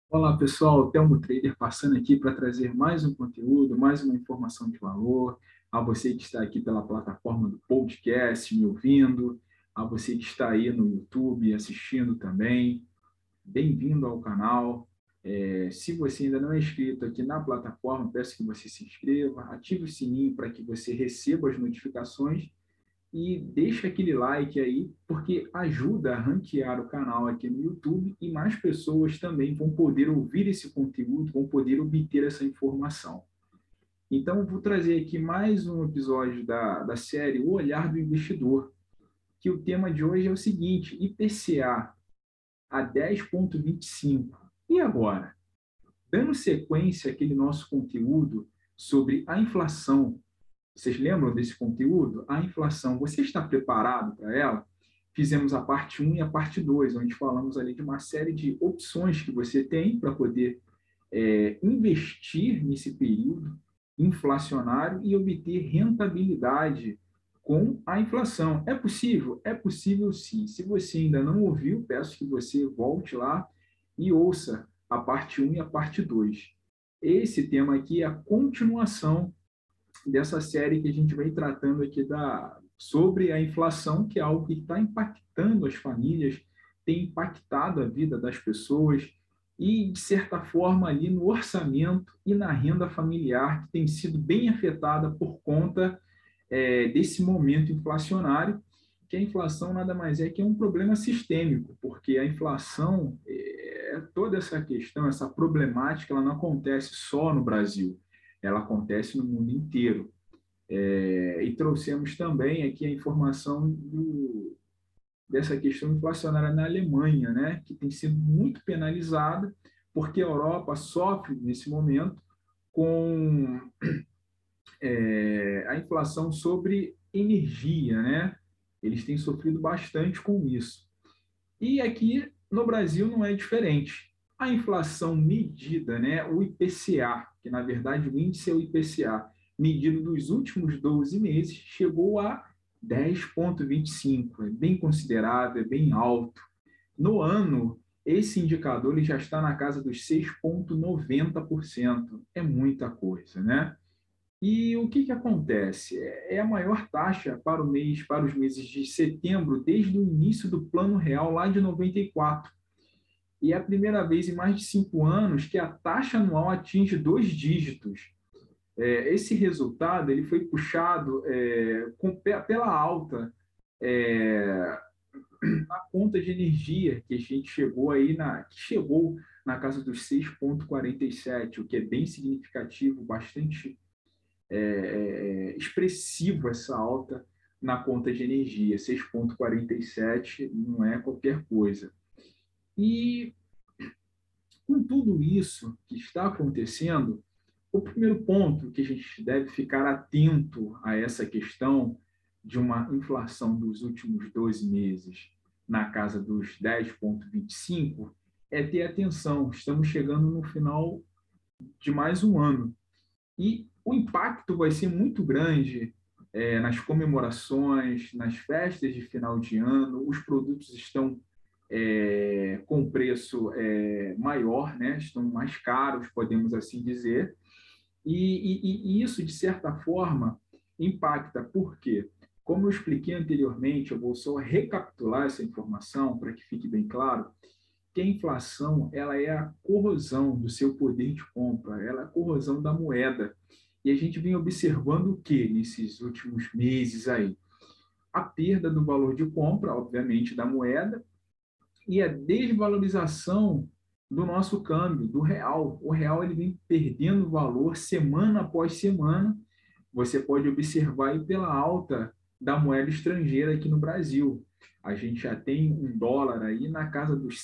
Olá pessoal, Telmo Trader passando aqui para trazer mais um conteúdo, mais uma informação de valor a você que está aqui pela plataforma do podcast, me ouvindo, a você que está aí no YouTube assistindo também. Bem-vindo ao canal. Se você ainda não é inscrito aqui na plataforma, peço que você se inscreva, ative o sininho para que você receba as notificações e deixa aquele like aí, porque ajuda a ranquear o canal aqui no YouTube e mais pessoas também vão poder ouvir esse conteúdo, vão poder obter essa informação. Então, eu vou trazer aqui mais um episódio da série O Olhar do Investidor, que o tema de hoje é o seguinte: IPCA a 10,25. E agora? Dando sequência àquele nosso conteúdo sobre a inflação. Vocês lembram desse conteúdo? A inflação, você está preparado para ela? Fizemos a parte um e a parte 2, onde falamos ali de uma série de opções que você tem para poder investir nesse período inflacionário e obter rentabilidade com a inflação. É possível? É possível sim. Se você ainda não ouviu, peço que você volte lá e ouça a parte um e a parte 2. Esse tema aqui é a continuação dessa série que a gente vem tratando aqui sobre a inflação, que é algo que está impactando as famílias, tem impactado a vida das pessoas e, de certa forma, ali no orçamento e na renda familiar, que tem sido bem afetada por conta desse momento inflacionário, que a inflação nada mais é que um problema sistêmico, porque a inflação, toda essa questão, essa problemática, ela não acontece só no Brasil, ela acontece no mundo inteiro. E trouxemos também aqui a informação dessa questão inflacionária na Alemanha, né, que tem sido muito penalizada, porque a Europa sofre, nesse momento, com a inflação sobre energia, né? Eles têm sofrido bastante com isso. E aqui no Brasil não é diferente. A inflação medida, né, o IPCA, que na verdade o índice é o IPCA, medido dos últimos 12 meses, chegou a 10,25. É bem considerável, é bem alto. No ano, esse indicador ele já está na casa dos 6,90%. É muita coisa, né? E o que acontece? É a maior taxa para os meses de setembro desde o início do Plano Real lá de 94. E é a primeira vez em mais de 5 anos que a taxa anual atinge dois dígitos. Esse resultado ele foi puxado pela alta é, na conta de energia que a gente que chegou na casa dos 6,47, o que é bem significativo, bastante expressivo essa alta na conta de energia. 6,47 não é qualquer coisa. E com tudo isso que está acontecendo, o primeiro ponto que a gente deve ficar atento a essa questão de uma inflação dos últimos 12 meses na casa dos 10,25 é ter atenção. Estamos chegando no final de mais um ano. E o impacto vai ser muito grande nas comemorações, nas festas de final de ano. Os produtos estão com preço maior, né? Estão mais caros, podemos assim dizer. E isso, de certa forma, impacta. Por quê? Como eu expliquei anteriormente, eu vou só recapitular essa informação para que fique bem claro que a inflação ela é a corrosão do seu poder de compra, ela é a corrosão da moeda. E a gente vem observando o que nesses últimos meses aí? A perda do valor de compra, obviamente, da moeda e a desvalorização do nosso câmbio, do real. O real ele vem perdendo valor semana após semana. Você pode observar aí pela alta da moeda estrangeira aqui no Brasil. A gente já tem um dólar aí na casa dos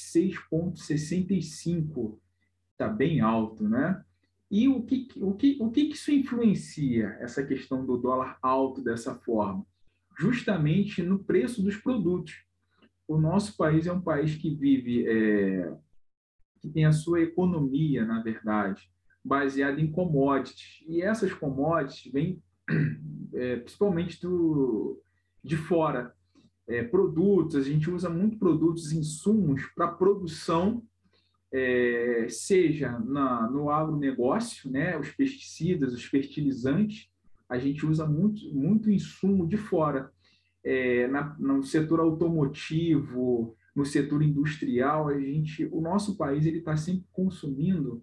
6,65. Está bem alto, né? E o que isso influencia, essa questão do dólar alto dessa forma? Justamente no preço dos produtos. O nosso país é um país que vive, que tem a sua economia, na verdade, baseada em commodities. E essas commodities vêm principalmente de fora. Produtos, a gente usa muito produtos, insumos para produção seja no agronegócio, né, os pesticidas, os fertilizantes, a gente usa muito insumo de fora. No setor automotivo, no setor industrial, o nosso país ele está sempre consumindo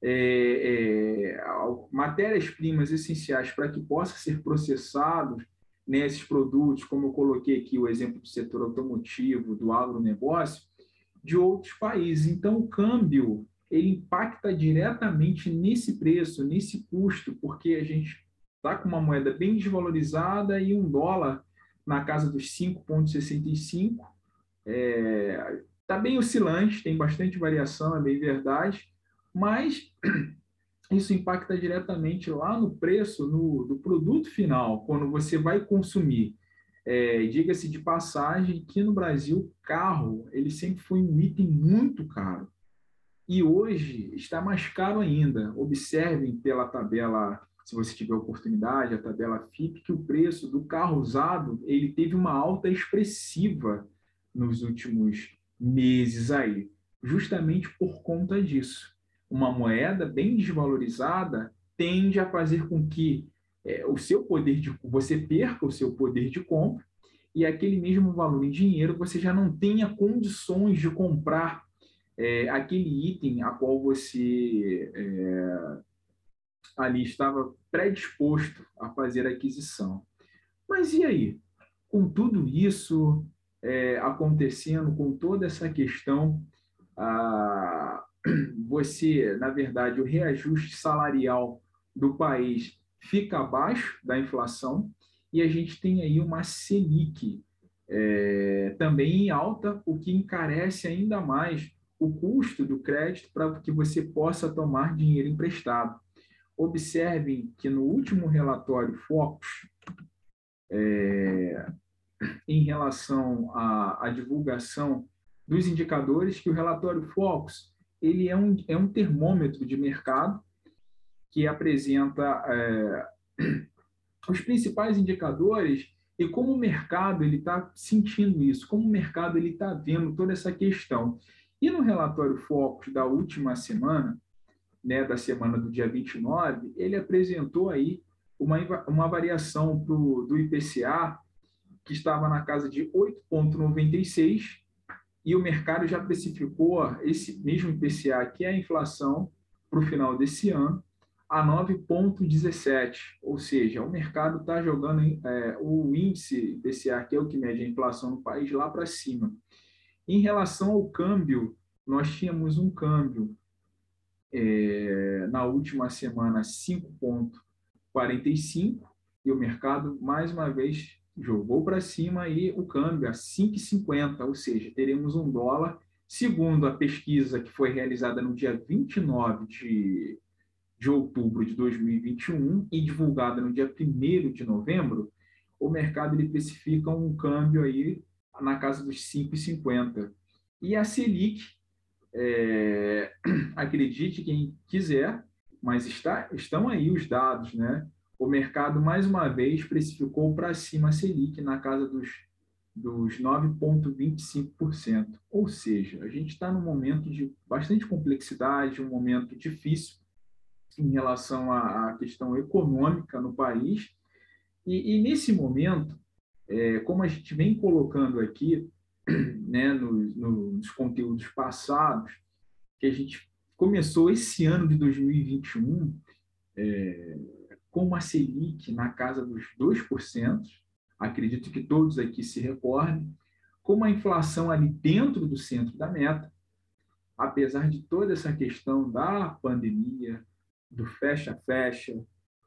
matérias-primas essenciais para que possa ser processados nesses produtos, como eu coloquei aqui o exemplo do setor automotivo, do agronegócio, de outros países. Então, o câmbio ele impacta diretamente nesse preço, nesse custo, porque a gente está com uma moeda bem desvalorizada e um dólar na casa dos 5,65. Está bem oscilante, tem bastante variação, é bem verdade, mas isso impacta diretamente lá no preço do produto final, quando você vai consumir. Diga-se de passagem que no Brasil, carro, ele sempre foi um item muito caro. E hoje está mais caro ainda. Observem pela tabela, se você tiver oportunidade, a tabela FIP, que o preço do carro usado ele teve uma alta expressiva nos últimos meses aí, justamente por conta disso. Uma moeda bem desvalorizada tende a fazer com que você perca o seu poder de compra e aquele mesmo valor em dinheiro você já não tenha condições de comprar aquele item a qual você ali estava predisposto a fazer a aquisição. Mas e aí? Com tudo isso acontecendo, com toda essa questão, ah, você, na verdade, o reajuste salarial do país fica abaixo da inflação e a gente tem aí uma Selic também em alta, o que encarece ainda mais o custo do crédito para que você possa tomar dinheiro emprestado. Observem que no último relatório Focus, em relação à divulgação dos indicadores, que o relatório Focus ele é um termômetro de mercado que apresenta os principais indicadores e como o mercado ele está sentindo isso, como o mercado ele está vendo toda essa questão. E no relatório Focus da última semana, né, da semana do dia 29, ele apresentou aí uma variação do IPCA que estava na casa de 8,96 e o mercado já precificou esse mesmo IPCA, que é a inflação, para o final desse ano, a 9,17, ou seja, o mercado está jogando o índice IPCA, que é o que mede a inflação no país, lá para cima. Em relação ao câmbio, nós tínhamos um câmbio na última semana 5,45 e o mercado, mais uma vez, jogou para cima e o câmbio a 5,50, ou seja, teremos um dólar, segundo a pesquisa que foi realizada no dia 29 de outubro de 2021 e divulgada no dia 1º de novembro, o mercado ele precifica um câmbio aí na casa dos 5,50. E a Selic, acredite quem quiser, mas estão aí os dados, né? O mercado, mais uma vez, precificou para cima a Selic na casa dos 9,25%. Ou seja, a gente está num momento de bastante complexidade, um momento difícil em relação à questão econômica no país. E nesse momento, como a gente vem colocando aqui, né, nos conteúdos passados, que a gente começou esse ano de 2021 com uma Selic na casa dos 2%, acredito que todos aqui se recordem, com uma inflação ali dentro do centro da meta, apesar de toda essa questão da pandemia, do fecha-fecha,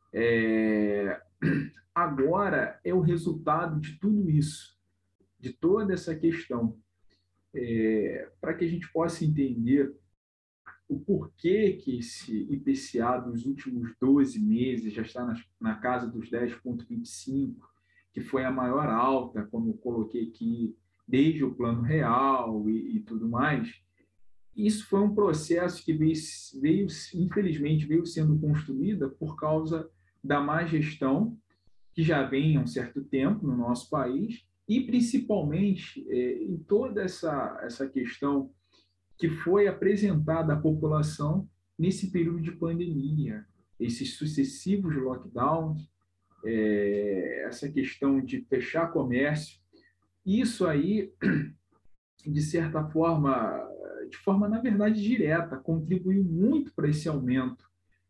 agora é o resultado de tudo isso, de toda essa questão, para que a gente possa entender o porquê que esse IPCA dos últimos 12 meses já está na casa dos 10,25, que foi a maior alta, como eu coloquei aqui, desde o Plano Real e tudo mais. Isso foi um processo que infelizmente, veio sendo construída por causa da má gestão, que já vem há um certo tempo no nosso país, e principalmente em toda essa questão que foi apresentada à população nesse período de pandemia, esses sucessivos lockdowns, essa questão de fechar comércio. Isso aí, de certa forma, de forma, na verdade, direta, contribuiu muito para esse aumento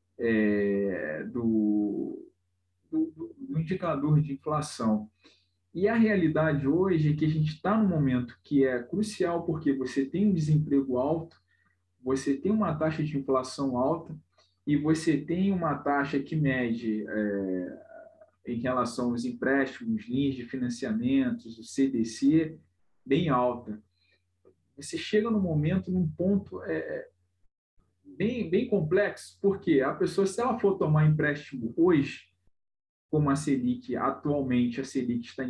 do indicador de inflação. E a realidade hoje é que a gente está num momento que é crucial, porque você tem um desemprego alto, você tem uma taxa de inflação alta e você tem uma taxa que mede em relação aos empréstimos, linhas de financiamentos, o CDC, bem alta. Você chega num momento, num ponto bem complexo, porque a pessoa, se ela for tomar empréstimo hoje, como a Selic, atualmente a Selic está em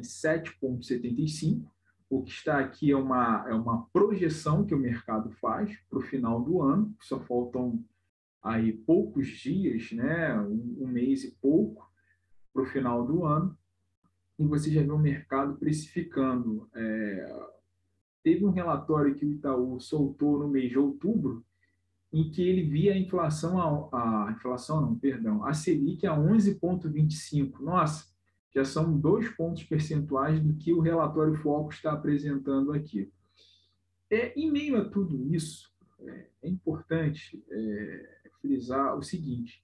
7,75, o que está aqui é uma projeção que o mercado faz para o final do ano, só faltam aí poucos dias, né, um mês e pouco para o final do ano, e você já vê o mercado precificando. Teve um relatório que o Itaú soltou no mês de outubro, em que ele via a inflação, a inflação não, perdão, a Selic a 11,25. Nossa, já são 2 pontos percentuais do que o relatório Focus está apresentando aqui. Em meio a tudo isso, é importante frisar o seguinte: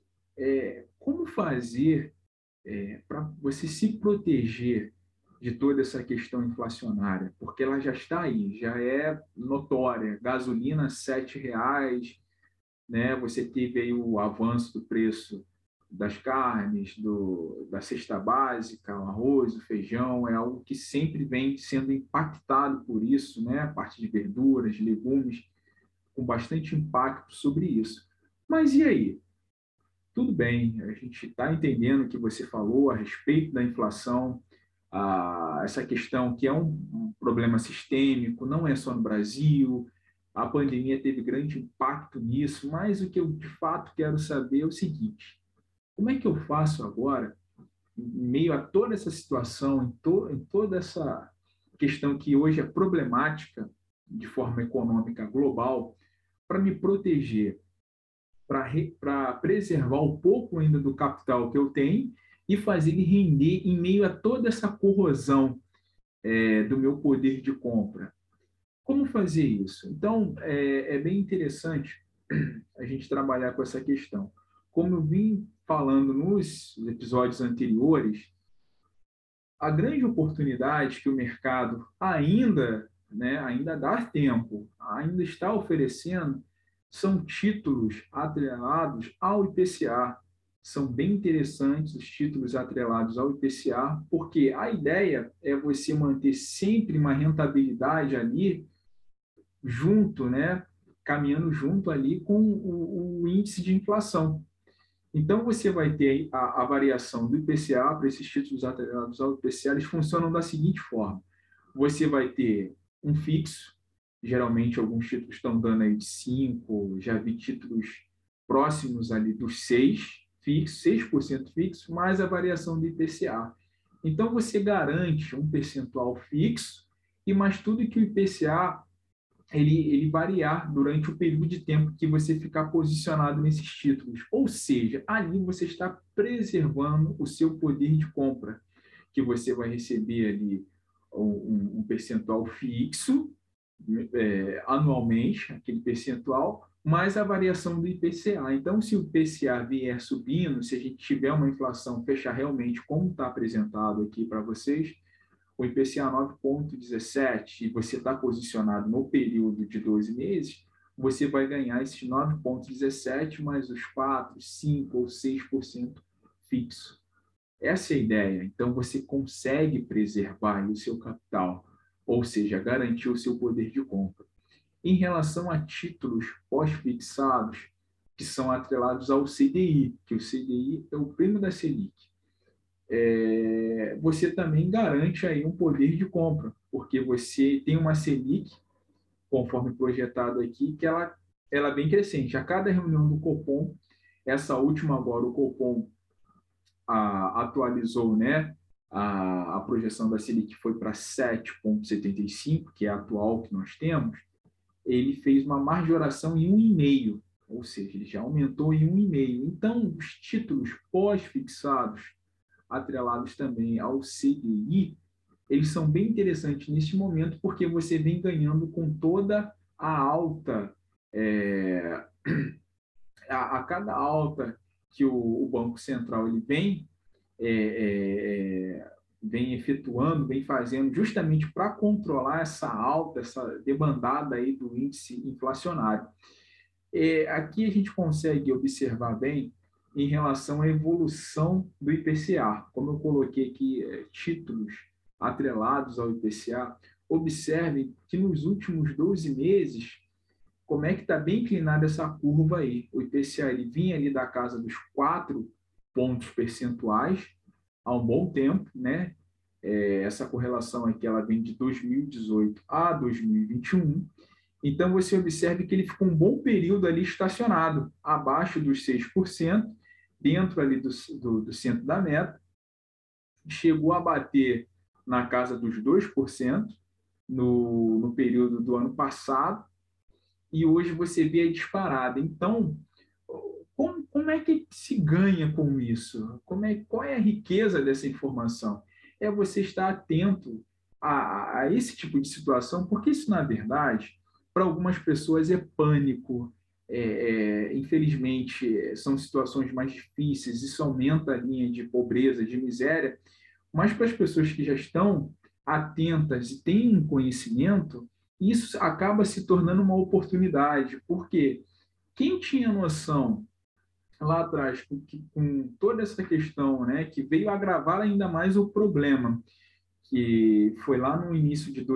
como fazer para você se proteger de toda essa questão inflacionária, porque ela já está aí, já é notória. Gasolina R$ 7, né? Você teve aí o avanço do preço das carnes, da cesta básica, o arroz, o feijão, é algo que sempre vem sendo impactado por isso, né? A parte de verduras, legumes, com bastante impacto sobre isso. Mas e aí? Tudo bem, a gente está entendendo o que você falou a respeito da inflação, essa questão que é um problema sistêmico, não é só no Brasil, a pandemia teve grande impacto nisso, mas o que eu de fato quero saber é o seguinte: como é que eu faço agora, em meio a toda essa situação, em toda essa questão que hoje é problemática de forma econômica global, para me proteger, para preservar um pouco ainda do capital que eu tenho e fazer ele render em meio a toda essa corrosão do meu poder de compra. Como fazer isso? Então, é bem interessante a gente trabalhar com essa questão. Como eu vim falando nos episódios anteriores, a grande oportunidade que o mercado ainda, né, ainda dá tempo, ainda está oferecendo, são títulos atrelados ao IPCA. São bem interessantes os títulos atrelados ao IPCA, porque a ideia é você manter sempre uma rentabilidade ali junto, né, caminhando junto ali com o índice de inflação. Então, você vai ter a variação do IPCA para esses títulos atrelados ao IPCA, eles funcionam da seguinte forma: você vai ter um fixo, geralmente alguns títulos estão dando aí de 5, já vi títulos próximos ali dos 6, fixo, 6% fixo, mais a variação do IPCA. Então, você garante um percentual fixo e mais tudo que o IPCA ele variar durante o período de tempo que você ficar posicionado nesses títulos. Ou seja, ali você está preservando o seu poder de compra, que você vai receber ali um percentual fixo anualmente, aquele percentual, mais a variação do IPCA. Então, se o IPCA vier subindo, se a gente tiver uma inflação fechar realmente como está apresentado aqui para vocês, o IPCA 9,17 e você está posicionado no período de 12 meses, você vai ganhar esses 9,17 mais os 4, 5 ou 6% fixo. Essa é a ideia. Então, você consegue preservar o seu capital, ou seja, garantir o seu poder de compra. Em relação a títulos pós-fixados, que são atrelados ao CDI, que o CDI é o prêmio da Selic, você também garante aí um poder de compra, porque você tem uma Selic, conforme projetado aqui, que ela é bem crescente. A cada reunião do Copom, essa última agora, o Copom atualizou, né, a projeção da Selic foi para 7,75, que é a atual que nós temos. ele fez uma majoração em 1,5, ou seja, ele já aumentou em 1,5. Então, os títulos pós-fixados, atrelados também ao CDI, eles são bem interessantes neste momento, porque você vem ganhando com toda a alta, a cada alta que o Banco Central ele vem efetuando, vem fazendo, justamente para controlar essa alta, essa debandada aí do índice inflacionário. Aqui a gente consegue observar bem em relação à evolução do IPCA. Como eu coloquei aqui títulos atrelados ao IPCA, observem que nos últimos 12 meses, como é que está bem inclinada essa curva aí. O IPCA ele vinha ali da casa dos 4 pontos percentuais há um bom tempo, né? Essa correlação aqui ela vem de 2018 a 2021. Então, você observa que ele ficou um bom período ali estacionado, abaixo dos 6%, dentro ali do centro da meta, chegou a bater na casa dos 2% no período do ano passado, e hoje você vê a disparada. Então, como é que se ganha com isso? Qual é a riqueza dessa informação? É você estar atento a esse tipo de situação, porque isso, na verdade, para algumas pessoas é pânico. Infelizmente, são situações mais difíceis, isso aumenta a linha de pobreza, de miséria, mas para as pessoas que já estão atentas e têm um conhecimento, isso acaba se tornando uma oportunidade, porque quem tinha noção lá atrás, com toda essa questão, né, que veio agravar ainda mais o problema, que foi lá no início de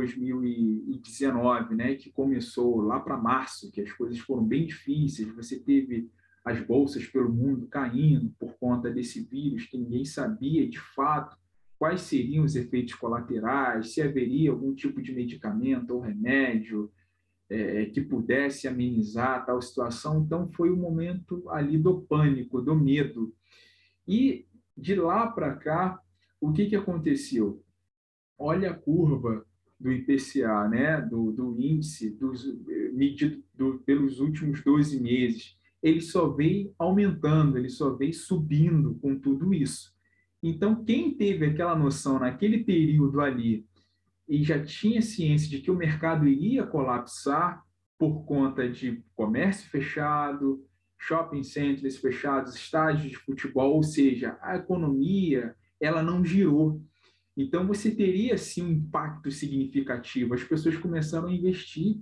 2019, né, que começou lá para março, que as coisas foram bem difíceis, você teve as bolsas pelo mundo caindo por conta desse vírus que ninguém sabia de fato quais seriam os efeitos colaterais, se haveria algum tipo de medicamento ou remédio que pudesse amenizar tal situação. Então, foi o momento ali do pânico, do medo. E de lá para cá, o que aconteceu? Olha a curva do IPCA, né? do índice medido pelos últimos 12 meses. Ele só vem aumentando, ele só vem subindo com tudo isso. Então, quem teve aquela noção naquele período ali e já tinha ciência de que o mercado iria colapsar por conta de comércio fechado, shopping centers fechados, estádios de futebol, ou seja, a economia ela não girou. Então, você teria, sim, um impacto significativo. As pessoas começaram a investir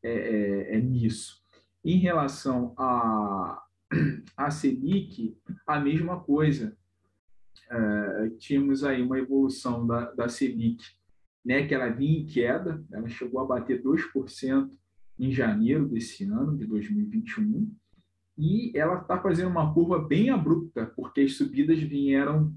nisso. Em relação à Selic, a mesma coisa. Tínhamos aí uma evolução da Selic, né, que ela vinha em queda, ela chegou a bater 2% em janeiro desse ano, de 2021, e ela está fazendo uma curva bem abrupta, porque as subidas vieram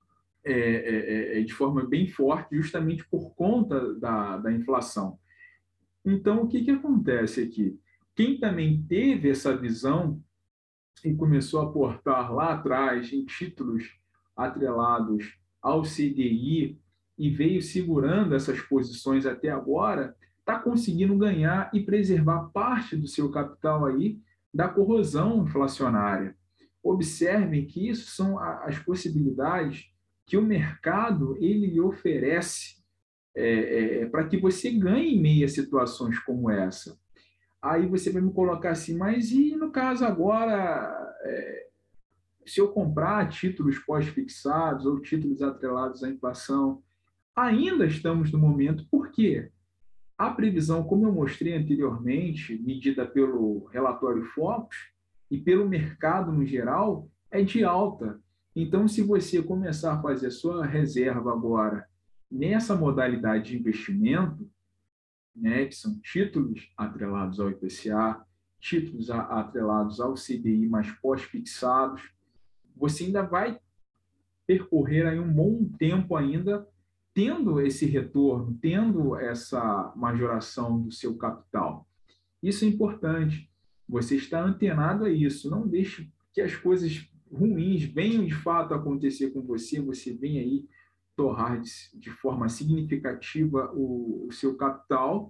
de forma bem forte, justamente por conta da inflação. Então, o que acontece aqui? Quem também teve essa visão e começou a aportar lá atrás em títulos atrelados ao CDI e veio segurando essas posições até agora, está conseguindo ganhar e preservar parte do seu capital aí da corrosão inflacionária. Observem que isso são as possibilidades que o mercado ele lhe oferece para que você ganhe em meio a situações como essa. Aí você vai me colocar assim, mas e no caso agora, se eu comprar títulos pós-fixados ou títulos atrelados à inflação, ainda estamos no momento, por quê? A previsão, como eu mostrei anteriormente, medida pelo relatório Focus e pelo mercado no geral, é de alta. Então, se você começar a fazer a sua reserva agora nessa modalidade de investimento, né, que são títulos atrelados ao IPCA, títulos atrelados ao CDI, mas pós-fixados, você ainda vai percorrer aí um bom tempo ainda tendo esse retorno, tendo essa majoração do seu capital. Isso é importante. Você está antenado a isso. Não deixe que as coisas ruins venham de fato acontecer com você. Você vem aí torrar de forma significativa o seu capital,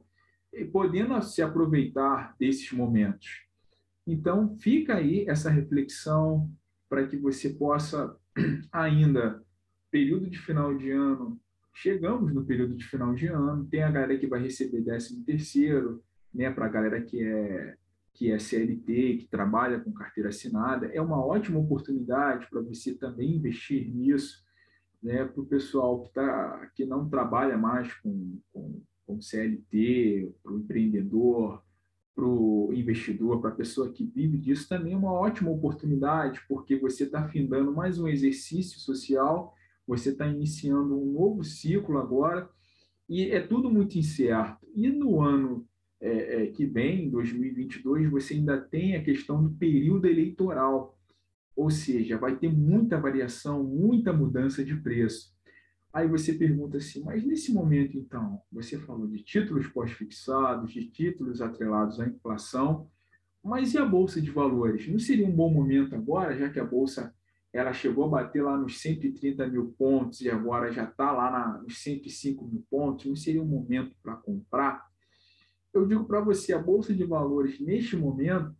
e podendo se aproveitar desses momentos. Então, fica aí essa reflexão para que você possa ainda, período de final de ano, chegamos no período de final de ano, tem a galera que vai receber 13º, né, para a galera que é CLT, que trabalha com carteira assinada, é uma ótima oportunidade para você também investir nisso, né, para o pessoal que não trabalha mais com CLT, para o empreendedor, para o investidor, para a pessoa que vive disso, também é uma ótima oportunidade, porque você está findando mais um exercício social, você está iniciando um novo ciclo agora, e é tudo muito incerto. E no ano que vem, 2022, você ainda tem a questão do período eleitoral, ou seja, vai ter muita variação, muita mudança de preço. Aí você pergunta assim, mas nesse momento, então, você falou de títulos pós-fixados, de títulos atrelados à inflação, mas e a Bolsa de Valores? Não seria um bom momento agora, já que a Bolsa ela chegou a bater lá nos 130 mil pontos e agora já está lá nos 105 mil pontos, não seria um momento para comprar? Eu digo para você, a Bolsa de Valores, neste momento,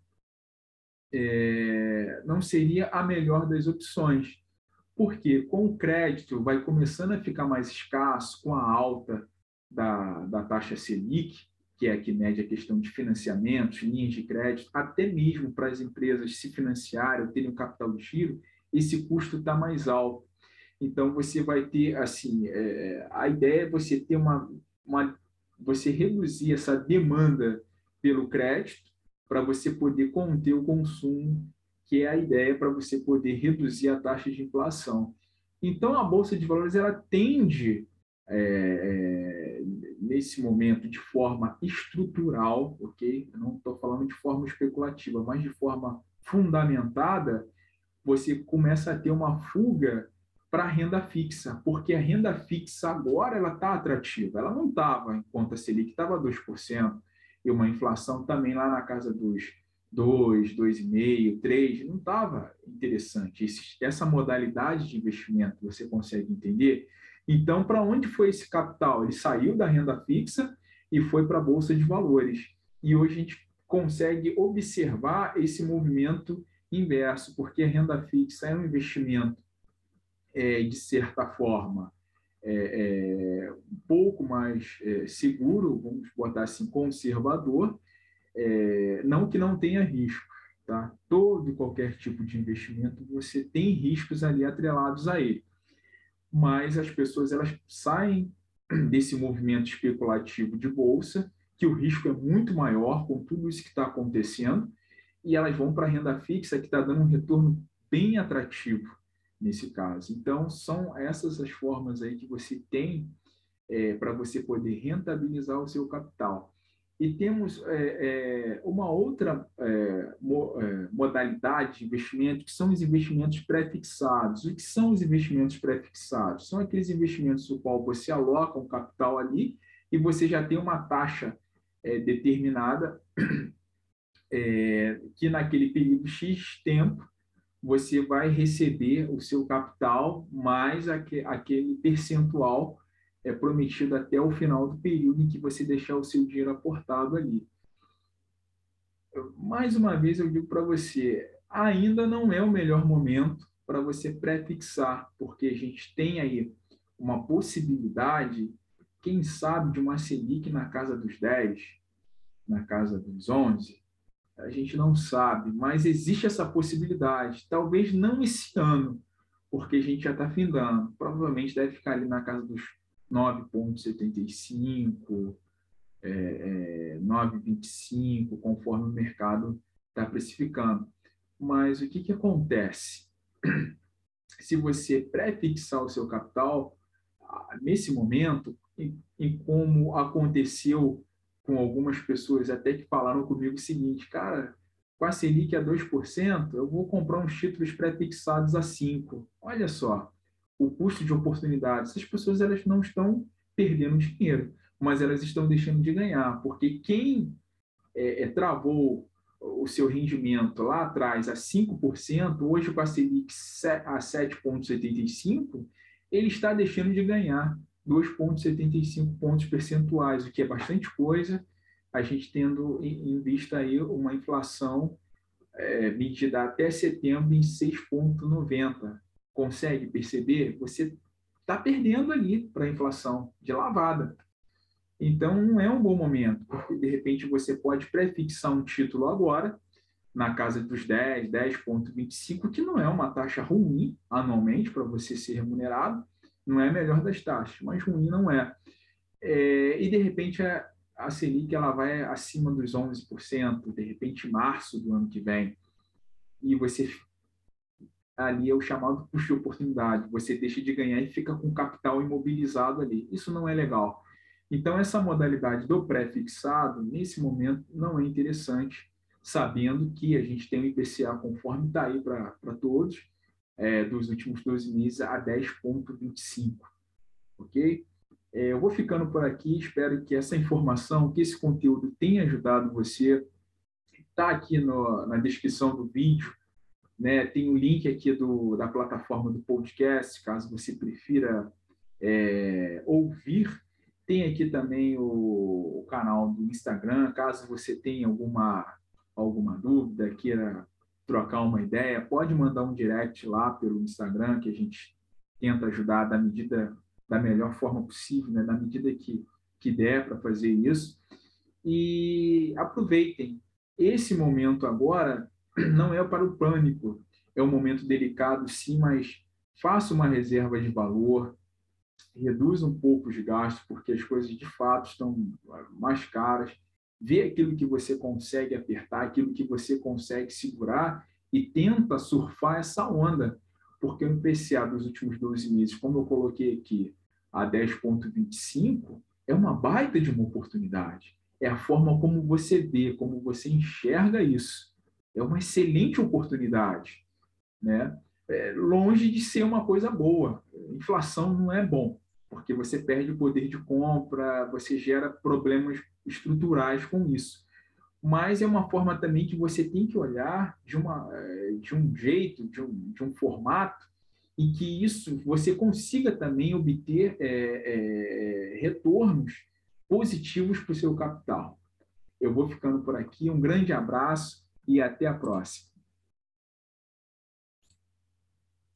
não seria a melhor das opções. Porque com o crédito vai começando a ficar mais escasso com a alta da taxa Selic, que é a que mede a questão de financiamentos, linhas de crédito, até mesmo para as empresas se financiarem, terem um capital de giro, esse custo está mais alto. Então, você vai ter, assim, a ideia é você ter você reduzir essa demanda pelo crédito para você poder conter o consumo, que é a ideia para você poder reduzir a taxa de inflação. Então, a Bolsa de Valores, ela tende, nesse momento, de forma estrutural, ok? Eu não estou falando de forma especulativa, mas de forma fundamentada, você começa a ter uma fuga para a renda fixa, porque a renda fixa agora ela está atrativa, ela não estava enquanto a Selic estava 2%, e uma inflação também lá na casa dos 2, 2,5, 3, não estava interessante. Essa modalidade de investimento, você consegue entender? Então, para onde foi esse capital? Ele saiu da renda fixa e foi para a Bolsa de Valores. E hoje a gente consegue observar esse movimento inverso, porque a renda fixa é um investimento, de certa forma, um pouco mais seguro, vamos botar assim, conservador, não que não tenha risco, tá? Todo e qualquer tipo de investimento, você tem riscos ali atrelados a ele, mas as pessoas elas saem desse movimento especulativo de bolsa, que o risco é muito maior com tudo isso que está acontecendo, e elas vão para a renda fixa, que está dando um retorno bem atrativo nesse caso. Então, são essas as formas aí que você tem para você poder rentabilizar o seu capital. E temos uma outra modalidade de investimento, que são os investimentos pré-fixados. O que são os investimentos pré-fixados? São aqueles investimentos no qual você aloca um capital ali e você já tem uma taxa determinada, que naquele período X tempo você vai receber o seu capital mais aquele percentual prometido até o final do período em que você deixar o seu dinheiro aportado ali. Mais uma vez eu digo para você, ainda não é o melhor momento para você pré-fixar, porque a gente tem aí uma possibilidade, quem sabe, de uma Selic na casa dos 10, na casa dos 11, a gente não sabe, mas existe essa possibilidade. Talvez não esse ano, porque a gente já está findando. Provavelmente deve ficar ali na casa dos 9,75, 9,25, conforme o mercado está precificando. Mas o que acontece? Se você pré-fixar o seu capital, nesse momento, em como aconteceu com algumas pessoas até que falaram comigo o seguinte, cara, com a Selic a 2%, eu vou comprar uns títulos pré-fixados a 5%. Olha só, o custo de oportunidade. Essas pessoas elas não estão perdendo dinheiro, mas elas estão deixando de ganhar, porque quem travou o seu rendimento lá atrás a 5%, hoje com a Selic a 7,75%, ele está deixando de ganhar 2,75 pontos percentuais, o que é bastante coisa, a gente tendo em vista aí uma inflação medida até setembro em 6,90. Consegue perceber? Você está perdendo ali para a inflação de lavada. Então, não é um bom momento, porque de repente você pode prefixar um título agora, na casa dos 10, 10,25, que não é uma taxa ruim anualmente para você ser remunerado, não é a melhor das taxas, mas ruim não é. E de repente a Selic ela vai acima dos 11%, de repente em março do ano que vem, e você ali é o chamado custo de oportunidade, você deixa de ganhar e fica com capital imobilizado ali. Isso não é legal. Então, essa modalidade do pré-fixado, nesse momento, não é interessante, sabendo que a gente tem o IPCA conforme está aí para todos, dos últimos 12 meses a 10,25, ok? Eu vou ficando por aqui, espero que essa informação, que esse conteúdo tenha ajudado você. Está aqui na descrição do vídeo, né? Tem o link aqui da plataforma do podcast, caso você prefira ouvir. Tem aqui também o canal do Instagram, caso você tenha alguma dúvida, queira trocar uma ideia, pode mandar um direct lá pelo Instagram, que a gente tenta ajudar da melhor forma possível, né? Na medida que der para fazer isso. E aproveitem. Esse momento agora não é para o pânico, é um momento delicado, sim, mas faça uma reserva de valor, reduz um pouco os gastos, porque as coisas de fato estão mais caras. Vê aquilo que você consegue apertar, aquilo que você consegue segurar e tenta surfar essa onda, porque o IPCA dos últimos 12 meses, como eu coloquei aqui, a 10,25, é uma baita de uma oportunidade. É a forma como você vê, como você enxerga isso. É uma excelente oportunidade, né? Longe de ser uma coisa boa. Inflação não é bom, porque você perde o poder de compra, você gera problemas estruturais com isso. Mas é uma forma também que você tem que olhar de um jeito, de um formato, em que isso você consiga também obter retornos positivos para o seu capital. Eu vou ficando por aqui, um grande abraço e até a próxima.